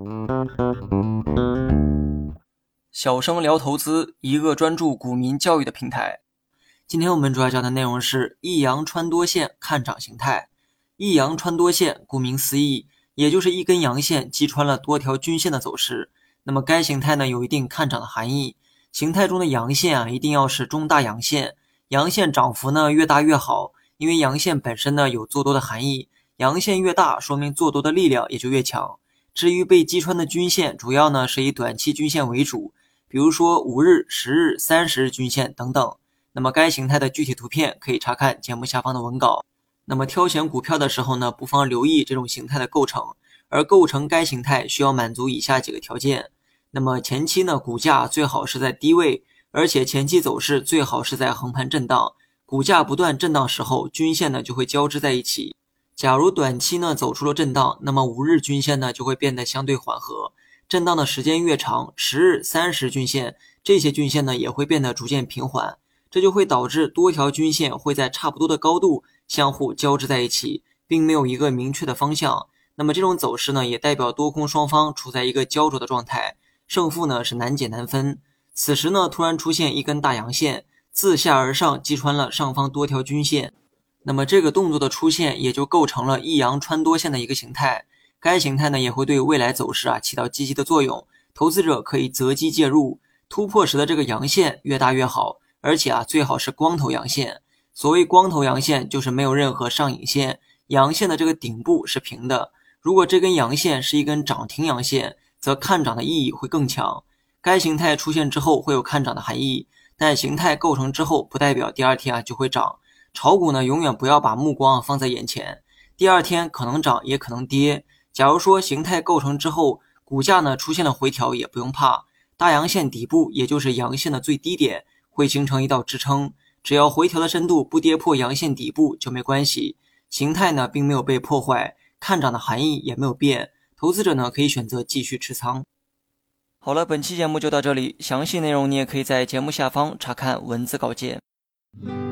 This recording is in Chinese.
小生聊投资，一个专注股民教育的平台。今天我们主要讲的内容是一阳穿多线看涨形态。一阳穿多线，顾名思义，也就是一根阳线击穿了多条均线的走势。那么该形态呢有一定看涨的含义。形态中的阳线一定要是中大阳线，阳线涨幅呢越大越好，因为阳线本身呢有做多的含义，阳线越大，说明做多的力量也就越强。至于被击穿的均线，主要呢是以短期均线为主，比如说5日、10日、30日均线等等。那么该形态的具体图片可以查看节目下方的文稿。那么挑选股票的时候呢，不妨留意这种形态的构成，而构成该形态需要满足以下几个条件。那么前期呢，股价最好是在低位，而且前期走势最好是在横盘震荡，股价不断震荡时候，均线呢就会交织在一起。假如短期呢走出了震荡，那么5日均线呢就会变得相对缓和，震荡的时间越长，10日、30均线这些均线呢也会变得逐渐平缓，这就会导致多条均线会在差不多的高度相互交织在一起，并没有一个明确的方向。那么这种走势呢也代表多空双方处在一个焦灼的状态，胜负呢是难解难分。此时呢突然出现一根大阳线，自下而上击穿了上方多条均线，那么这个动作的出现也就构成了一阳穿多线的一个形态。该形态呢也会对未来走势起到积极的作用，投资者可以择机介入，突破时的这个阳线越大越好，而且最好是光头阳线。所谓光头阳线就是没有任何上影线，阳线的这个顶部是平的。如果这根阳线是一根涨停阳线，则看涨的意义会更强。该形态出现之后会有看涨的含义，但形态构成之后不代表第二天就会涨。炒股呢永远不要把目光放在眼前，第二天可能涨也可能跌。假如说形态构成之后股价呢出现了回调，也不用怕，大阳线底部也就是阳线的最低点会形成一道支撑，只要回调的深度不跌破阳线底部就没关系。形态呢并没有被破坏，看涨的含义也没有变，投资者呢可以选择继续持仓。好了，本期节目就到这里，详细内容你也可以在节目下方查看文字稿件。